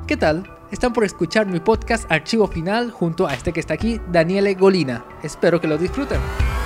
¿Qué tal? Están por escuchar mi podcast Archivo Final junto a este que está aquí, Daniele Golina. Espero que lo disfruten.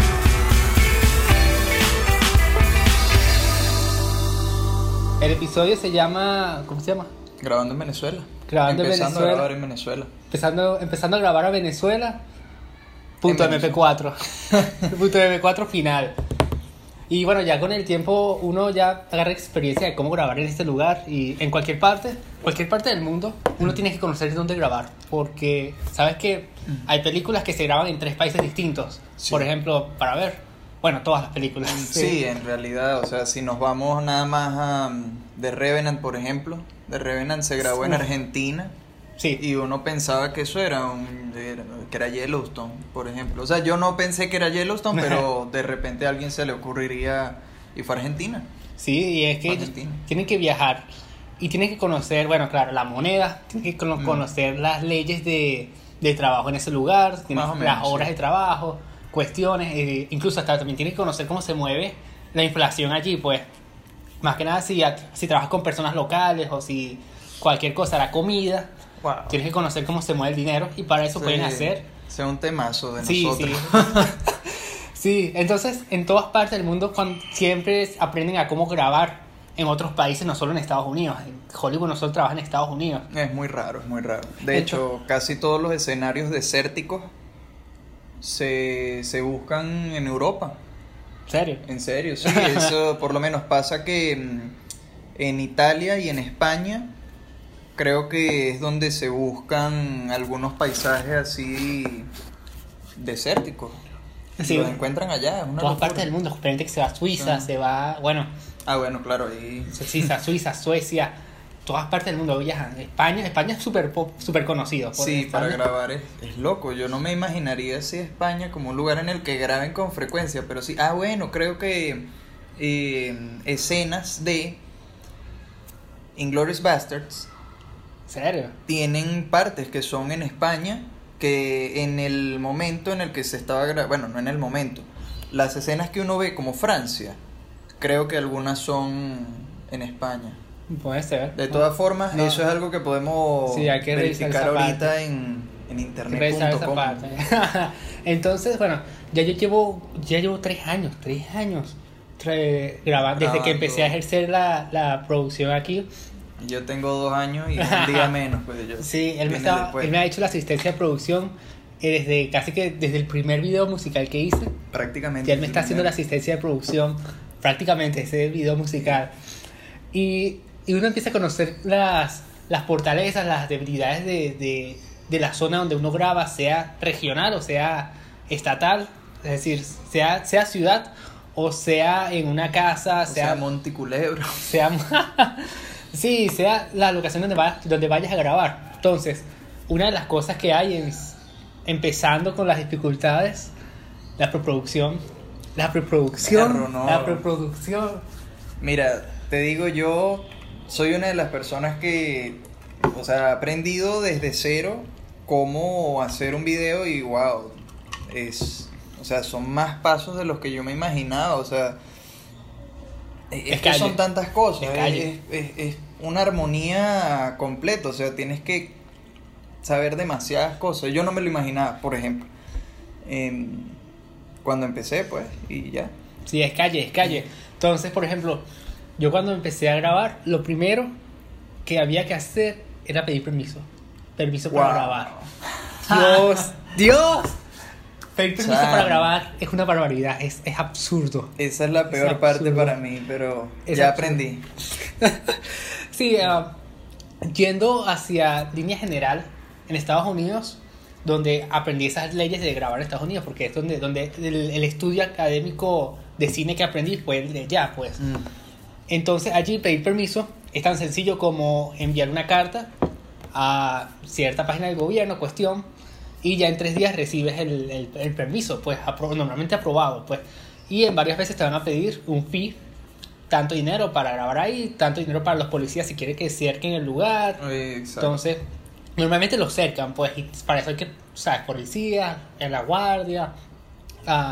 El episodio se llama... ¿Cómo se llama? Grabando en Venezuela. Empezando a grabar en Venezuela. Empezando a grabar a Venezuela. Punto MP4. Punto MP4 final. Y bueno, ya con el tiempo uno ya agarra experiencia de cómo grabar en este lugar. Y en cualquier parte del mundo, uno tiene que conocer dónde grabar. Porque, ¿sabes qué? Hay películas que se graban en 3 países distintos. Sí. Por ejemplo, para ver, bueno, todas las películas. Sí, en realidad, o sea, si nos vamos nada más a The Revenant, por ejemplo. The Revenant se grabó en Argentina. Sí. Y uno pensaba que eso que era Yellowstone, por ejemplo. O sea, yo no pensé que era Yellowstone, pero de repente a alguien se le ocurriría y fue Argentina. Sí, y es que tienen que viajar y tienen que conocer, bueno, claro, la moneda, tienen que conocer las leyes de trabajo en ese lugar, las horas de trabajo, cuestiones, incluso hasta también tienen que conocer cómo se mueve la inflación allí, pues, más que nada si trabajas con personas locales o si cualquier cosa, la comida. Wow. Tienes que conocer cómo se mueve el dinero y para eso pueden hacer... Sea un temazo de nosotros. Sí. Sí, entonces en todas partes del mundo siempre aprenden a cómo grabar en otros países, no solo en Estados Unidos. En Hollywood no solo trabaja en Estados Unidos. Es muy raro, es muy raro. De hecho, casi todos los escenarios desérticos se buscan en Europa. ¿En serio? En serio, sí. Eso por lo menos pasa que en Italia y en España... Creo que es donde se buscan algunos paisajes así desérticos. Sí, los encuentran allá. En todas partes del mundo. Gente que se va a Suiza, se va... Bueno. Bueno, claro. Ahí... Suiza, Suecia. Todas partes del mundo viajan. España es súper conocido. Sí, para grabar es loco. Yo no me imaginaría así España como un lugar en el que graben con frecuencia. Pero sí. Bueno, creo que escenas de Inglourious Basterds. ¿En serio? Tienen partes que son en España, que en el momento en el que se estaba grabando, bueno, no en el momento, las escenas que uno ve como Francia, creo que algunas son en España. Puede ser. De todas formas, eso es algo que podemos verificar ahorita en internet.com. Entonces, bueno, ya llevo 3 años grabando, desde que empecé a ejercer la producción aquí. Yo tengo 2 años y un día menos, pues yo. Sí, él me ha hecho la asistencia de producción desde el primer video musical que hice. Prácticamente. Y él me está haciendo la asistencia de producción, prácticamente ese video musical. Y uno empieza a conocer las fortalezas, las debilidades de la zona donde uno graba, sea regional o sea estatal, es decir, sea ciudad o sea en una casa, sea Monticulebro. Sí, sea la locación donde vayas a grabar. Entonces, una de las cosas que hay empezando con las dificultades, la preproducción. Mira, te digo, yo soy una de las personas que, o sea, he aprendido desde cero cómo hacer un video y wow, son más pasos de los que yo me imaginaba, o sea... Es que son tantas cosas, es una armonía completa, o sea, tienes que saber demasiadas cosas. Yo no me lo imaginaba, por ejemplo, cuando empecé, pues, y ya. Sí, es calle. Entonces, por ejemplo, yo cuando empecé a grabar, lo primero que había que hacer era pedir permiso para grabar. ¡Dios! Pedir permiso para grabar es una barbaridad, es absurdo. Esa es la peor parte para mí, pero ya aprendí. Sí, yendo hacia línea general, en Estados Unidos, donde aprendí esas leyes de grabar en Estados Unidos, porque es donde el estudio académico de cine que aprendí fue el de allá, pues. Entonces, allí pedir permiso es tan sencillo como enviar una carta a cierta página del gobierno, y ya en 3 días recibes el permiso, pues normalmente aprobado, pues. Y en varias veces te van a pedir un fee, tanto dinero para grabar ahí, tanto dinero para los policías si quieren que cerquen el lugar. Exacto. Entonces, normalmente lo cercan, pues, y para eso hay que, policía, en la guardia,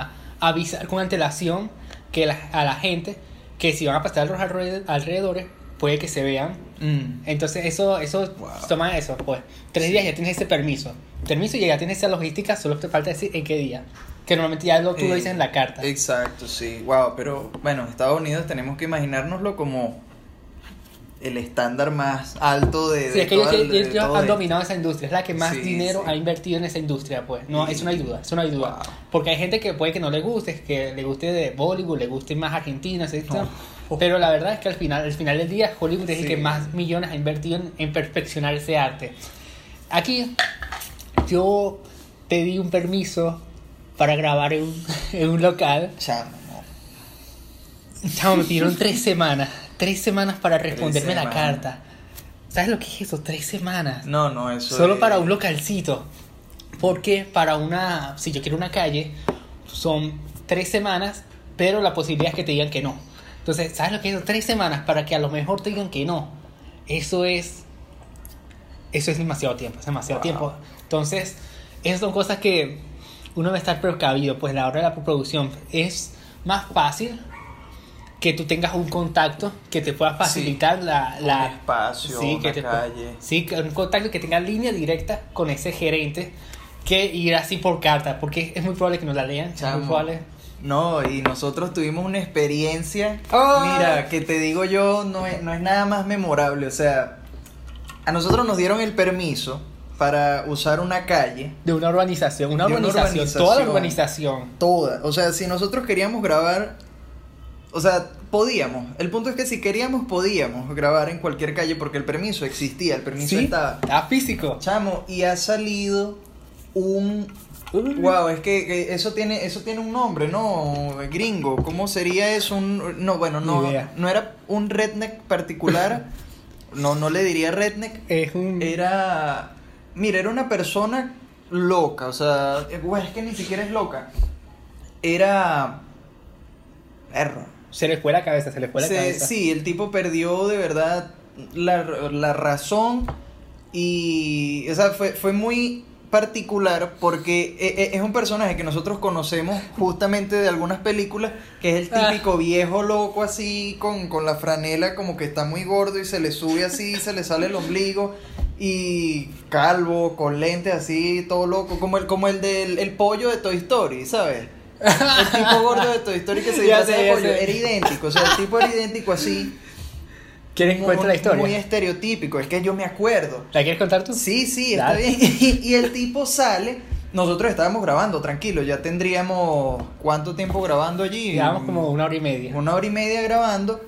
avisar con antelación a la gente que si van a pasar a los alrededores, puede que se vean. Entonces eso Wow. toma eso, pues 3 días ya tienes ese permiso y ya tienes esa logística, solo te falta decir en qué día, que normalmente ya tú lo dices en la carta. Exacto, sí. Wow, pero bueno, Estados Unidos tenemos que imaginárnoslo como el estándar más alto de, Sí, de es que toda ellos, de ellos todo han esto. dominado esa industria, es la que más Sí, dinero sí. ha invertido en esa industria, pues. No, Sí. eso no hay duda, eso no hay duda. Wow. Porque hay gente que puede que no le guste, que le guste de Bollywood, le guste más Argentina, ¿sí? No. Pero la verdad es que al final del día Hollywood es el Sí. que más millones ha invertido en perfeccionar ese arte. Aquí yo pedí un permiso para grabar en un local. Chamo, no. Chamo, me pidieron 3 semanas. 3 semanas para responderme la semanas. carta. ¿Sabes lo que es eso? 3 semanas. No, eso Solo es- para un localcito. Porque si yo quiero una calle, son 3 semanas, pero la posibilidad es que te digan que no. Entonces, ¿sabes lo que es eso? 3 semanas para que a lo mejor te digan que no. Eso es demasiado tiempo, es demasiado Wow. tiempo. Entonces, esas son cosas que uno debe estar precavido, pues a la hora de la producción es más fácil que tú tengas un contacto que te pueda facilitar la un espacio, una calle. Sí, que un contacto que tenga línea directa con ese gerente que ir así por carta, porque es muy probable que no la lean, es Chamo. muy probable. No, y nosotros tuvimos una experiencia, ¡Ah! mira, que te digo yo, no es nada más memorable, o sea, a nosotros nos dieron el permiso para usar una calle, De una urbanización, De una toda la urbanización. urbanización. toda, o sea, si nosotros queríamos grabar, o sea, podíamos, el punto es que si queríamos podíamos grabar en cualquier calle porque el permiso existía, el permiso Sí, estaba. físico. Chamo, y ha salido un... Wow, es que eso tiene un nombre, ¿no? Gringo, ¿cómo sería eso? No, bueno, Ni no, idea. no era un redneck particular, no le diría redneck, Es un... era una persona loca, o sea, bueno, es que ni siquiera es loca, era perro. Se le fue la cabeza, se le fue la cabeza. Sí, el tipo perdió de verdad la razón y, o sea, fue muy particular porque es un personaje que nosotros conocemos justamente de algunas películas, que es el típico viejo loco así con la franela como que está muy gordo y se le sube así, se le sale el ombligo y calvo, con lentes así, todo loco, como el del el pollo de Toy Story, ¿sabes? El tipo gordo de Toy Story que se Ya disfraza sé, de ya pollo, sé. era idéntico, o sea, el tipo era idéntico así. ¿Quieres que cuente la historia? Muy estereotípico, es que yo me acuerdo. ¿La quieres contar tú? Sí, está Dale. bien. Y el tipo sale, nosotros estábamos grabando, tranquilo, ya tendríamos, ¿cuánto tiempo grabando allí? Llevamos como 1 hora y media. 1 hora y media grabando.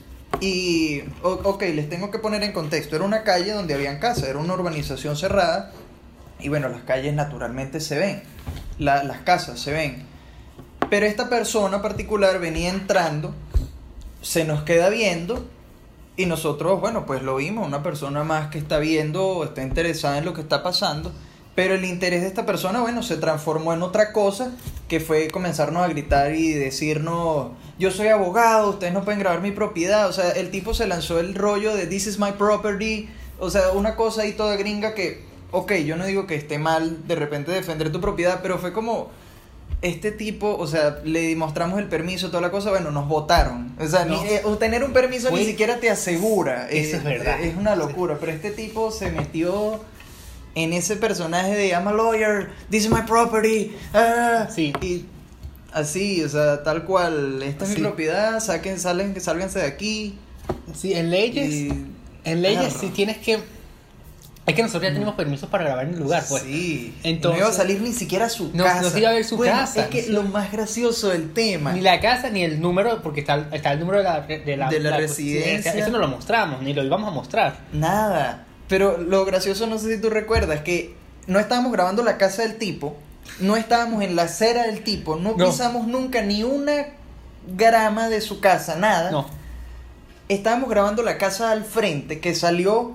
Y, ok, les tengo que poner en contexto, era una calle donde habían casas, era una urbanización cerrada. Y bueno, las calles naturalmente se ven, las casas se ven. Pero esta persona particular venía entrando, se nos queda viendo y nosotros, bueno, pues lo vimos, una persona más que está viendo, está interesada en lo que está pasando, pero el interés de esta persona, bueno, se transformó en otra cosa, que fue comenzarnos a gritar y decirnos, yo soy abogado, ustedes no pueden grabar mi propiedad, o sea, el tipo se lanzó el rollo de this is my property, o sea, una cosa ahí toda gringa que, ok, yo no digo que esté mal de repente defender tu propiedad, pero fue como... Este tipo, o sea, le mostramos el permiso, toda la cosa, bueno, nos votaron. O sea, No. tener un permiso Fue- ni siquiera te asegura. Eso es verdad. Es una locura, pero este tipo se metió en ese personaje de I'm a lawyer, this is my property. Sí. Y así, o sea, tal cual, esta es Sí. mi propiedad, sálganse de aquí. Sí, en leyes, Y- sí Perro. tienes que... Es que nosotros ya tenemos permisos para grabar en el lugar, pues. Sí, Entonces- no iba a salir ni siquiera a su No- casa. no se iba a ver su Bueno, casa. Es que lo más gracioso del tema. Ni la casa ni el número, porque está el número de la residencia. Eso no lo mostramos, ni lo íbamos a mostrar. Nada. Pero lo gracioso, no sé si tú recuerdas, que no estábamos grabando la casa del tipo, no estábamos en la acera del tipo, no No. pisamos nunca ni una grama de su casa, nada. No. Estábamos grabando la casa al frente, que salió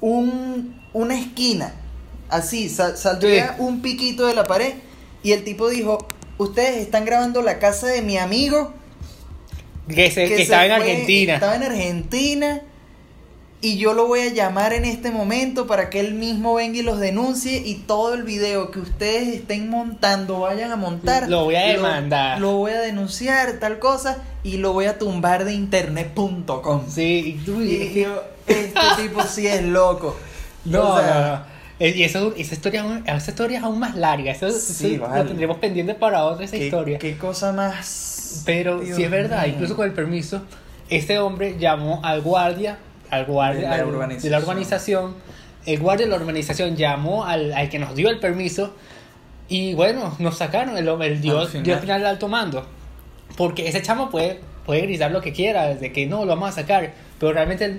una esquina, así, saldría Sí. un piquito de la pared, y el tipo dijo, ustedes están grabando la casa de mi amigo, Que se estaba en fue, Argentina. Estaba en Argentina. y yo lo voy a llamar en este momento para que él mismo venga y los denuncie, y todo el video que ustedes estén montando, vayan a montar, lo voy a demandar, lo voy a denunciar, tal cosa, y lo voy a tumbar de internet.com. Sí, y yo, este tipo sí es loco. No, o sea, no. Y esa historia es aún más larga. Eso Sí, vale. lo tendremos pendiente para otra esa historia. Qué cosa más. Pero Dios si es verdad, mío. incluso con el permiso, este hombre llamó al guardia de la urbanización. El guardia de la urbanización llamó al que nos dio el permiso. Y bueno, nos sacaron. El dio al final el alto mando. Porque ese chamo puede gritar lo que quiera, desde que no, lo vamos a sacar. Pero realmente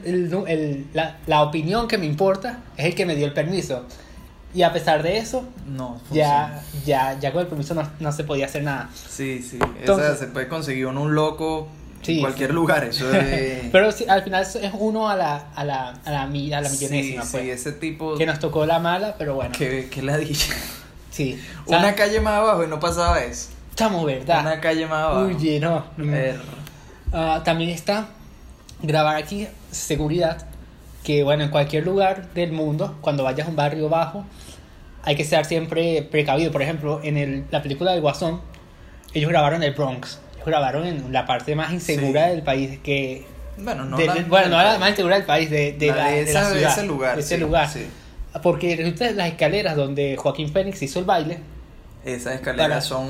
la opinión que me importa es el que me dio el permiso. Y a pesar de eso, No, ya con el permiso no se podía hacer nada. Sí. Entonces, se puede conseguir un loco sí, en cualquier sí. lugar. Eso es. Pero sí, al final es uno a la millonésima, Sí, pues. ese tipo. Que nos tocó la mala, pero bueno. Que ladilla. Sí. O sea, Una calle más abajo y no pasaba eso. chamo, ¿verdad? Una calle más abajo. Oye, no. También está grabar aquí seguridad, que bueno, en cualquier lugar del mundo, cuando vayas a un barrio bajo, hay que estar siempre precavido. Por ejemplo, en la película del Guasón, ellos grabaron el Bronx, ellos grabaron en la parte más insegura del país, que Bueno, no la más insegura del país, de la ciudad, de ese lugar. Sí. Porque resulta que las escaleras donde Joaquín Phoenix hizo el baile, Esas escaleras son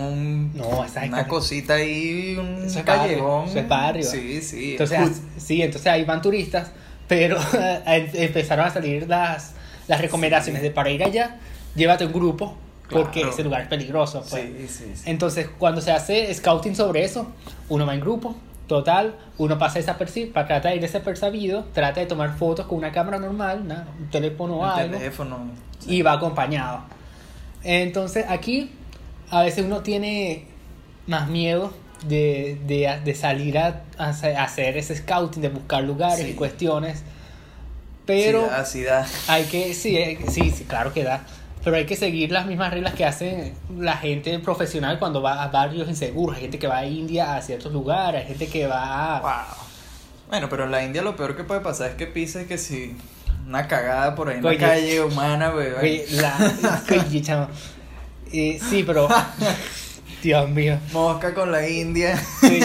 una cosita ahí, un eso es callejón. Eso es barrio. Sí. Entonces ahí van turistas, pero empezaron a salir las recomendaciones de para ir allá, llévate un grupo, porque Claro. ese lugar es peligroso. Pues. Sí. Entonces, cuando se hace scouting sobre eso, uno va en grupo, total, uno pasa desapercibido, para tratar de ir desapercibido, trata de tomar fotos con una cámara normal, un teléfono o algo, y va acompañado. Entonces, aquí a veces uno tiene más miedo de salir a hacer ese scouting, de buscar lugares y cuestiones, pero Sí da. hay que, sí, claro que da, pero hay que seguir las mismas reglas que hacen la gente profesional cuando va a barrios inseguros. Hay gente que va a India a ciertos lugares, hay gente que va a... Wow. Bueno, pero en la India lo peor que puede pasar es que pises que si una cagada por ahí en Oye. la calle humana, Oye, oye, chamo. Sí, pero... Dios mío. Mosca con la India.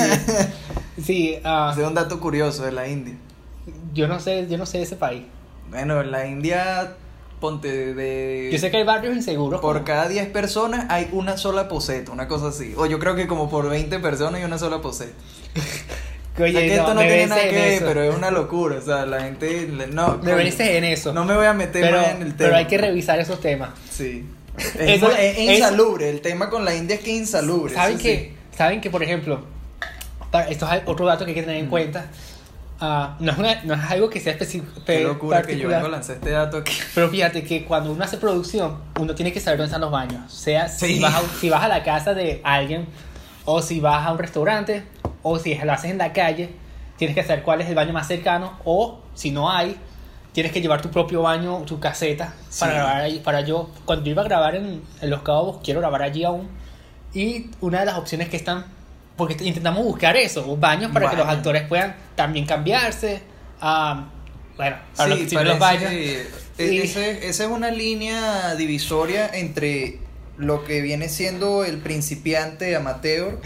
Sí, Ese es un dato curioso de la India. yo no sé de ese país. Bueno, en la India, ponte de... Yo sé que hay barrios inseguros. Por cada 10 personas hay una sola poseta, una cosa así. O yo creo que como por 20 personas hay una sola poseta. Oye, O sea, que esto no me tiene vences nada que en ver, eso. pero es una locura. O sea, la gente... No, Me vences en eso. no me voy a meter pero, más en el tema. pero hay que revisar esos temas. Sí. Eso- Es insalubre. El tema con la India es que es insalubre. ¿Saben que por ejemplo, esto es otro dato que hay que tener en cuenta? No es algo que sea específico. Qué locura que yo vengo a lanzar este dato aquí. Pero fíjate que cuando uno hace producción, uno tiene que saber dónde están los baños. Sea Sí. si vas a la casa de alguien, o si vas a un restaurante, o si lo haces en la calle, tienes que saber cuál es el baño más cercano, o si no hay, tienes que llevar tu propio baño, tu caseta, para grabar ahí. Cuando yo iba a grabar en Los Cabos, quiero grabar allí aún, y una de las opciones que están, porque intentamos buscar eso, baños para que los actores puedan también cambiarse, bueno, para los que sirven los baños. Esa es una línea divisoria entre lo que viene siendo el principiante amateur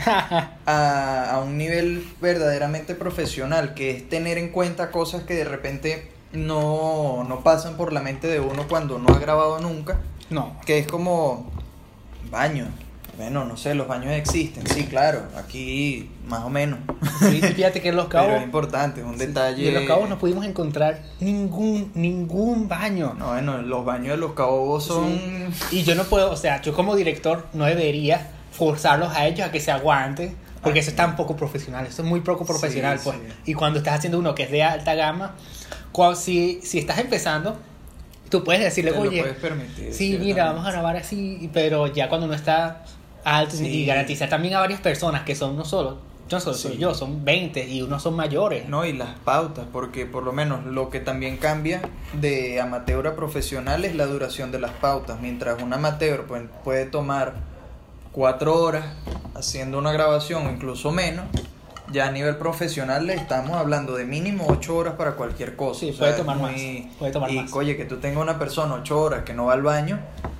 a un nivel verdaderamente profesional, que es tener en cuenta cosas que de repente no pasan por la mente de uno cuando no ha grabado nunca, No. que es como baño. Bueno, no sé, los baños existen, sí, claro, aquí más o menos. Sí, fíjate que en Los Cabos, Pero es importante, es un detalle. y en Los Cabos no pudimos encontrar ningún baño. No, bueno, los baños de Los Cabos son... Sí. Y yo no puedo, o sea, yo como director no debería forzarlos a ellos a que se aguanten, porque eso es tan poco profesional, eso es muy poco profesional, Sí, pues. sí. Y cuando estás haciendo uno que es de alta gama, si estás empezando, tú puedes decirle, Te lo oye, puedes permitir, sí, mira, ciertamente. vamos a grabar así, pero ya cuando uno está alto, Sí. y garantizar también a varias personas que son no solo soy Sí. yo, son 20 y unos son mayores. No, y las pautas, porque por lo menos lo que también cambia de amateur a profesional es la duración de las pautas. Mientras un amateur pues, puede tomar 4 horas haciendo una grabación, incluso menos, Ya a nivel profesional le estamos hablando de mínimo 8 horas para cualquier cosa. Sí, O sea, puede es tomar más. Puede tomar y más. oye, que tú tengas una persona 8 horas que no va al baño,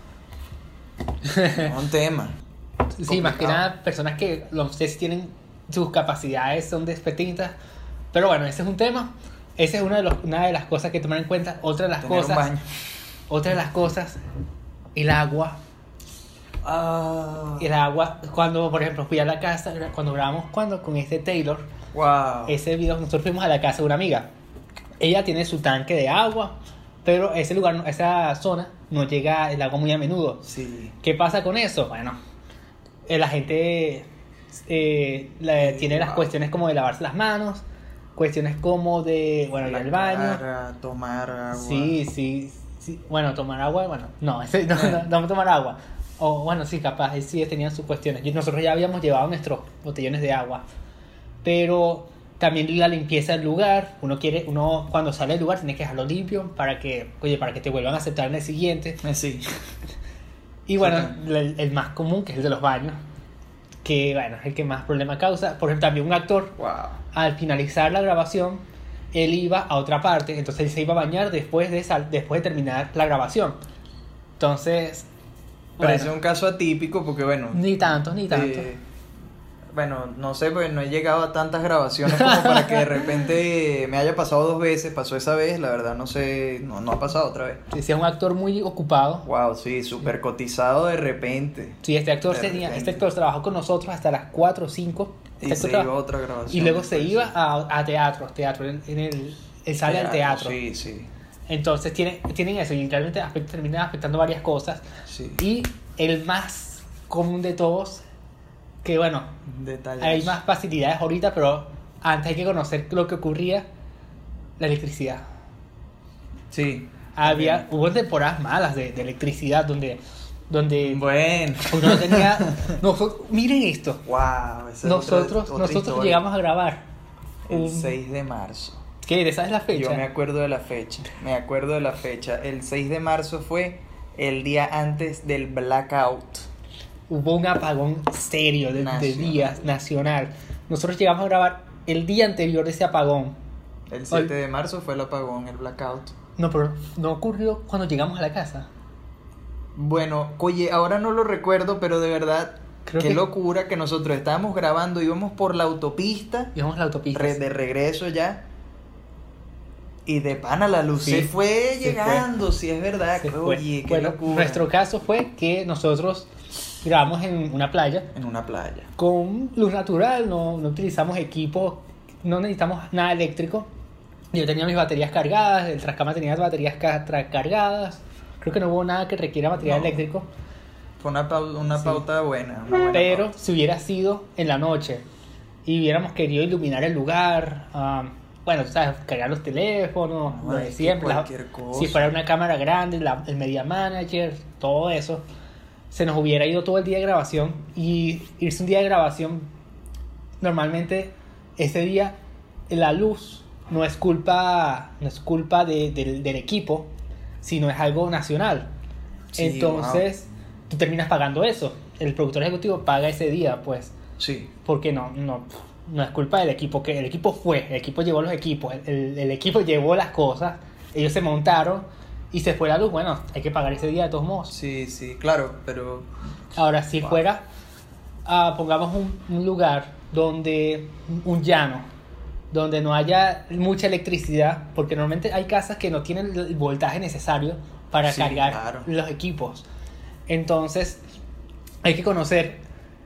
es un tema. Sí, más que complicado. nada, personas que los sé si tienen sus capacidades son distintas. Pero bueno, ese es un tema. Esa es una de las cosas que tomar en cuenta. Otra de las Tener un cosas. baño. Otra de las cosas, el agua. Ah, El agua, cuando por ejemplo fui a la casa, cuando grabamos con este Taylor, wow. ese video, nosotros fuimos a la casa de una amiga. Ella tiene su tanque de agua, pero ese lugar, esa zona, no llega el agua muy a menudo. Sí. ¿Qué pasa con eso? Bueno, la gente tiene las Wow. cuestiones como de lavarse las manos, cuestiones como de, bueno, ir La al baño. cara, tomar agua. Sí, sí, sí. Bueno, tomar agua, bueno, no, ese, no tomar agua. O bueno, sí, capaz, sí tenían sus cuestiones. Nosotros ya habíamos llevado nuestros botellones de agua. Pero también la limpieza del lugar. Uno cuando sale del lugar tiene que dejarlo limpio para que te vuelvan a aceptar en el siguiente. Sí. Y bueno, Sí. el más común, que es el de los baños, que bueno, es el que más problema causa. Por ejemplo, también un actor, Wow. al finalizar la grabación, él iba a otra parte, entonces él se iba a bañar después de terminar la grabación. Entonces, Parece bueno, un caso atípico porque, bueno. ni tanto. Bueno, no sé, pues no he llegado a tantas grabaciones como para que de repente me haya pasado 2 veces. Pasó esa vez, la verdad, no sé, no ha pasado otra vez. Si es un actor muy ocupado. Wow, sí, súper cotizado de repente. Sí, este actor De repente. este actor trabajó con nosotros hasta las 4 o 5. Y se iba a otra grabación. Y luego se después, iba sí. a teatro, él sale al teatro. Sí, sí, Entonces tienen eso y realmente termina afectando varias cosas. sí. Y el más común de todos, que bueno, Detalles. hay más facilidades ahorita, pero antes hay que conocer lo que ocurría, la electricidad. Sí. Hubo temporadas malas de electricidad donde Bueno. uno no tenía... miren esto. Wow, esa es Nosotros otra historia. llegamos a grabar El 6 de marzo. ¿Qué? ¿Sabes la fecha? Yo me acuerdo de la fecha. El 6 de marzo fue el día antes del blackout. Hubo un apagón serio de Nacional. días, nacional. Nosotros llegamos a grabar el día anterior de ese apagón. El 7 de marzo fue el apagón, el blackout. No, pero no ocurrió cuando llegamos a la casa. Bueno, oye, ahora no lo recuerdo, pero de verdad, Creo qué que- llegamos que nosotros estábamos grabando, íbamos por la autopista, Íbamos a la autopista. de regreso ya, y de pana la luz Sí, se fue se llegando, sí es verdad, Se fue. oye, qué Bueno, locura. nuestro caso fue que nosotros grabamos en una playa En una playa. con luz natural, no utilizamos equipo, no necesitamos nada eléctrico. Yo tenía mis baterías cargadas, el Trascama tenía las baterías cargadas. Creo que no hubo nada que requiera material No. eléctrico. Fue una Sí. pauta buena, una buena Pero pauta. si hubiera sido en la noche y hubiéramos querido iluminar el lugar, bueno, tú sabes, cargar los teléfonos, No, lo es de que siempre. cualquier cosa. Si fuera una cámara grande, el media manager, todo eso, se nos hubiera ido todo el día de grabación. Y irse un día de grabación, normalmente ese día la luz no es culpa del equipo, sino es algo nacional. Sí, Entonces, tú terminas pagando eso. El productor ejecutivo paga ese día, pues, Sí, porque no es culpa del equipo, que el equipo llevó los equipos, el equipo llevó las cosas, ellos se montaron y se fue la luz. Bueno, hay que pagar ese día de todos modos. sí, sí, claro, pero Ahora, si Wow. fuera, pongamos un lugar donde, un llano, donde no haya mucha electricidad, porque normalmente hay casas que no tienen el voltaje necesario para Sí, cargar claro. los equipos. Entonces, hay que conocer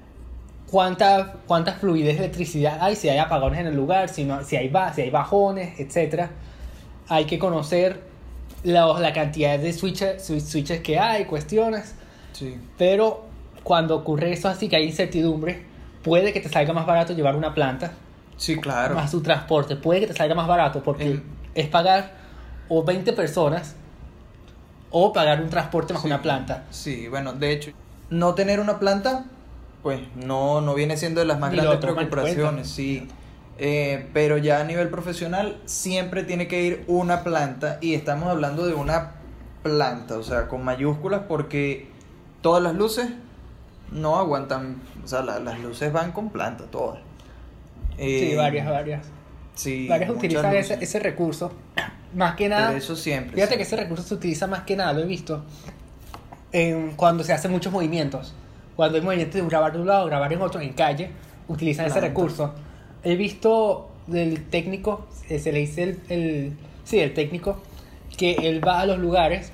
cuánta fluidez de electricidad hay, si hay apagones en el lugar, si hay bajones, etcétera. Hay que conocer la cantidad de switches que hay, cuestiones. sí, Pero cuando ocurre eso así, que hay incertidumbre, puede que te salga más barato llevar una planta, sí, claro. más su transporte. Puede que te salga más barato porque En- es pagar o 20 personas o pagar un transporte más Sí, una planta. Sí, bueno, de hecho, no tener una planta, pues no viene siendo de las más Ni lo grandes toman en preocupaciones, cuenta. sí. Pero ya a nivel profesional siempre tiene que ir una planta y estamos hablando de una planta, o sea, con mayúsculas porque todas las luces no aguantan, o sea, las luces van con planta, todas. Sí, varias. Sí, Varias muchas utilizan luces. ese recurso. Más que nada. Pero eso siempre. Fíjate sí. que ese recurso se utiliza más que nada, lo he visto, cuando se hacen muchos movimientos. Cuando hay movimientos de grabar de un lado, grabar en otro, en calle, utilizan ese Claro. recurso. He visto del técnico, se le dice el técnico, que él va a los lugares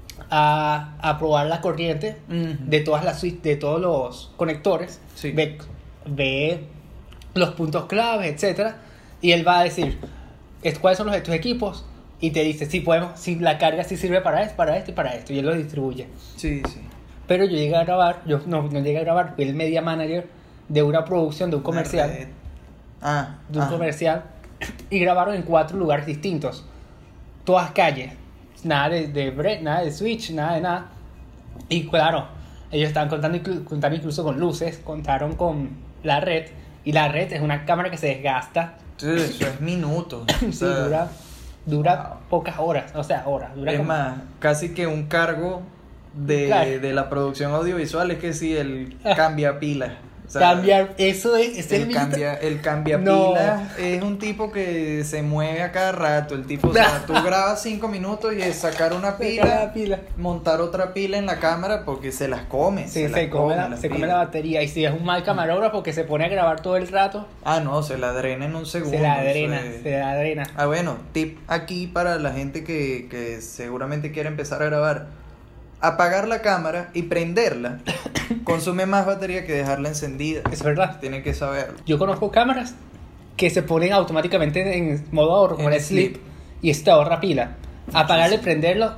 a probar la corriente Ujú. de todas las de todos los conectores, Sí. ve los puntos claves, etcétera, y él va a decir cuáles son los de tus equipos y te dice si la carga sí sirve para esto y para esto, y él lo distribuye. Sí, sí. Pero yo llegué a grabar, yo no llegué a grabar, fui el media manager de una producción de un Una comercial, red. Ah, de un ah. comercial, y grabaron en 4 lugares distintos, todas calles, nada nada de switch, nada de nada. Y claro, ellos estaban contando incluso con luces, contaron con la red, y la red es una cámara que se desgasta. Sí, eso es minutos. O Sí, sea, dura wow. pocas horas, o sea, horas. Dura Es como- más, casi que un cargo Claro. de la producción audiovisual es que sí, el cambia pilas. O sea, cambiar, eso es el cambia No. pilas es un tipo que se mueve a cada rato. El tipo, o sea, tú grabas 5 minutos y es sacar una Cada pila, pila. montar otra pila en la cámara porque se las come. Sí, las se come las la pilas. batería. Y si es un mal camarógrafo que se pone a grabar todo el rato, Ah, no, se la drena en un segundo. se la eso drena, es- se la drena. Ah, bueno, tip aquí para la gente que seguramente quiere empezar a grabar. Apagar la cámara y prenderla consume más batería que dejarla encendida. Es verdad. Tienen que saberlo. Yo conozco cámaras que se ponen automáticamente en modo ahorro, como En el sleep, sleep. y esto ahorra pila. Apagarlo y prenderlo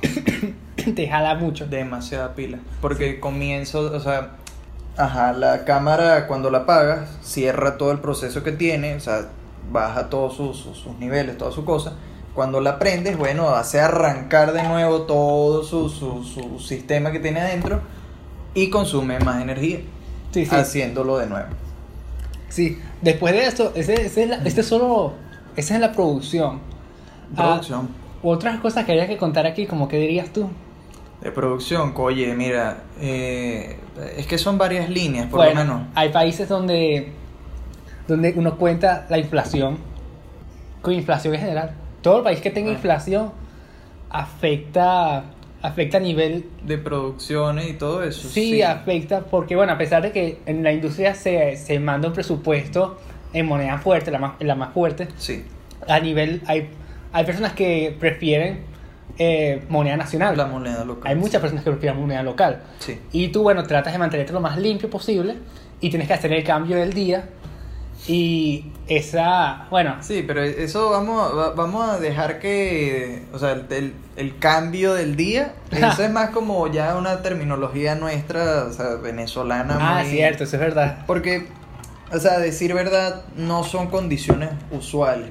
te jala mucho. Demasiada pila. Porque comienzo, o sea, ajá, la cámara cuando la apagas, cierra todo el proceso que tiene, o sea, baja todos sus niveles, toda su cosa. Cuando la prendes, bueno, hace arrancar de nuevo todo su sistema que tiene adentro y consume más energía, Sí, sí. haciéndolo de nuevo. Sí. Después de esto, esa es la producción. Producción. Otras cosas que habría que contar aquí, como que dirías tú. De producción, oye, mira, es que son varias líneas, por lo menos. Hay países donde uno cuenta la inflación, con inflación en general. Todo el país que tenga inflación afecta a nivel. De producciones y todo eso. Sí, afecta porque, bueno, a pesar de que en la industria se manda un presupuesto en moneda fuerte, la más fuerte, Sí, a nivel. Hay personas que prefieren moneda nacional. la moneda local. Hay muchas personas que prefieren moneda local. Sí. Y tú, bueno, tratas de mantenerte lo más limpio posible y tienes que hacer el cambio del día. Y bueno, Sí, pero eso vamos a dejar que, o sea, el cambio del día, eso es más como ya una terminología nuestra, o sea, venezolana. muy- cierto, eso es verdad. Porque, o sea, decir verdad, no son condiciones usuales.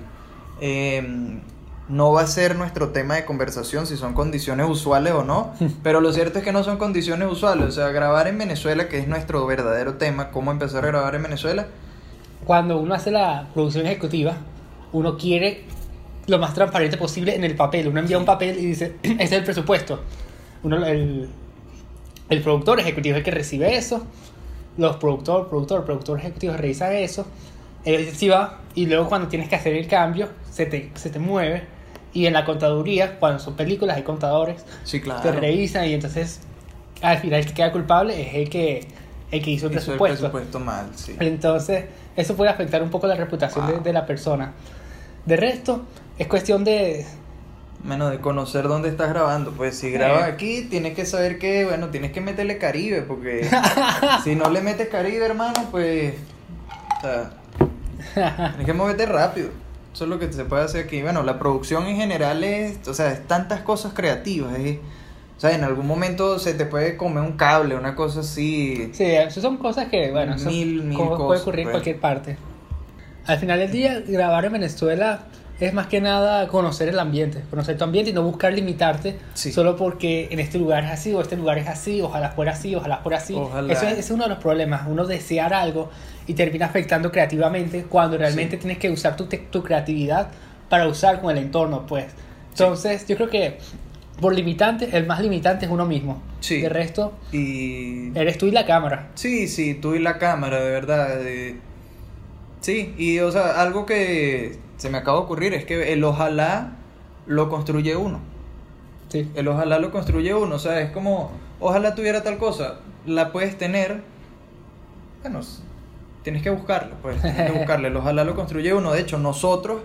No va a ser nuestro tema de conversación si son condiciones usuales o no, pero lo cierto es que no son condiciones usuales. O sea, grabar en Venezuela, que es nuestro verdadero tema, cómo empezar a grabar en Venezuela. Cuando uno hace la producción ejecutiva, uno quiere lo más transparente posible en el papel. Uno envía un papel y dice, ese es el presupuesto. El productor ejecutivo es el que recibe eso. Los productor ejecutivos revisan eso. Sí va, y luego cuando tienes que hacer el cambio, se te mueve. Y en la contaduría, cuando son películas, hay contadores, Sí, claro. te revisan y entonces al final el que queda culpable es el que hizo el Hizo presupuesto. el presupuesto mal, sí. Entonces, eso puede afectar un poco la reputación Wow. de la persona. De resto, es cuestión de. Menos de conocer dónde estás grabando. Pues si grabas aquí, tienes que saber que, bueno, tienes que meterle Caribe, porque si no le metes Caribe, hermano, pues, o sea, tienes que moverte rápido. Eso es lo que se puede hacer aquí. Bueno, la producción en general es, o sea, es tantas cosas creativas. O sea, en algún momento se te puede comer un cable, una cosa así. Sí, eso son cosas que, bueno, eso Mil puede cosas, ocurrir en pues. cualquier parte. Al final del día, grabar en Venezuela es más que nada conocer el ambiente, conocer tu ambiente y no buscar limitarte Sí. solo porque en este lugar es así o este lugar es así, ojalá fuera así, ojalá fuera así. Ojalá. Eso es uno de los problemas, uno desear algo y termina afectando creativamente cuando realmente Sí. tienes que usar tu creatividad para usar con el entorno, pues. Entonces, yo creo que por limitante, el más limitante es uno mismo. Sí. De resto, Y eres tú y la cámara. sí, tú y la cámara, de verdad. Sí, y o sea, algo que se me acaba de ocurrir es que el ojalá lo construye uno. Sí. El ojalá lo construye uno, o sea, es como, ojalá tuviera tal cosa, la puedes tener, bueno, tienes que buscarlo, pues, tienes que buscarle, el ojalá lo construye uno. De hecho, nosotros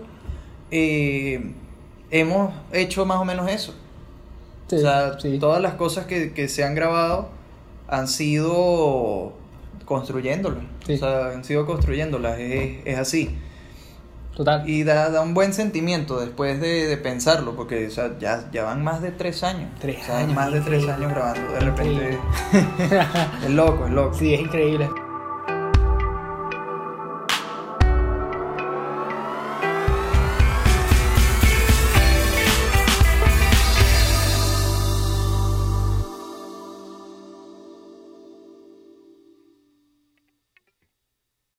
hemos hecho más o menos eso. Sí, O sea, sí. todas las cosas que se han grabado han sido construyéndolas, Sí. o sea, han sido construyéndolas, es así. Total. Y da un buen sentimiento después de pensarlo, porque o sea, ya van más de 3 años. 3 O sea, años, más de 3 increíble. años grabando. De repente Increíble. es loco, es loco. Sí, es increíble.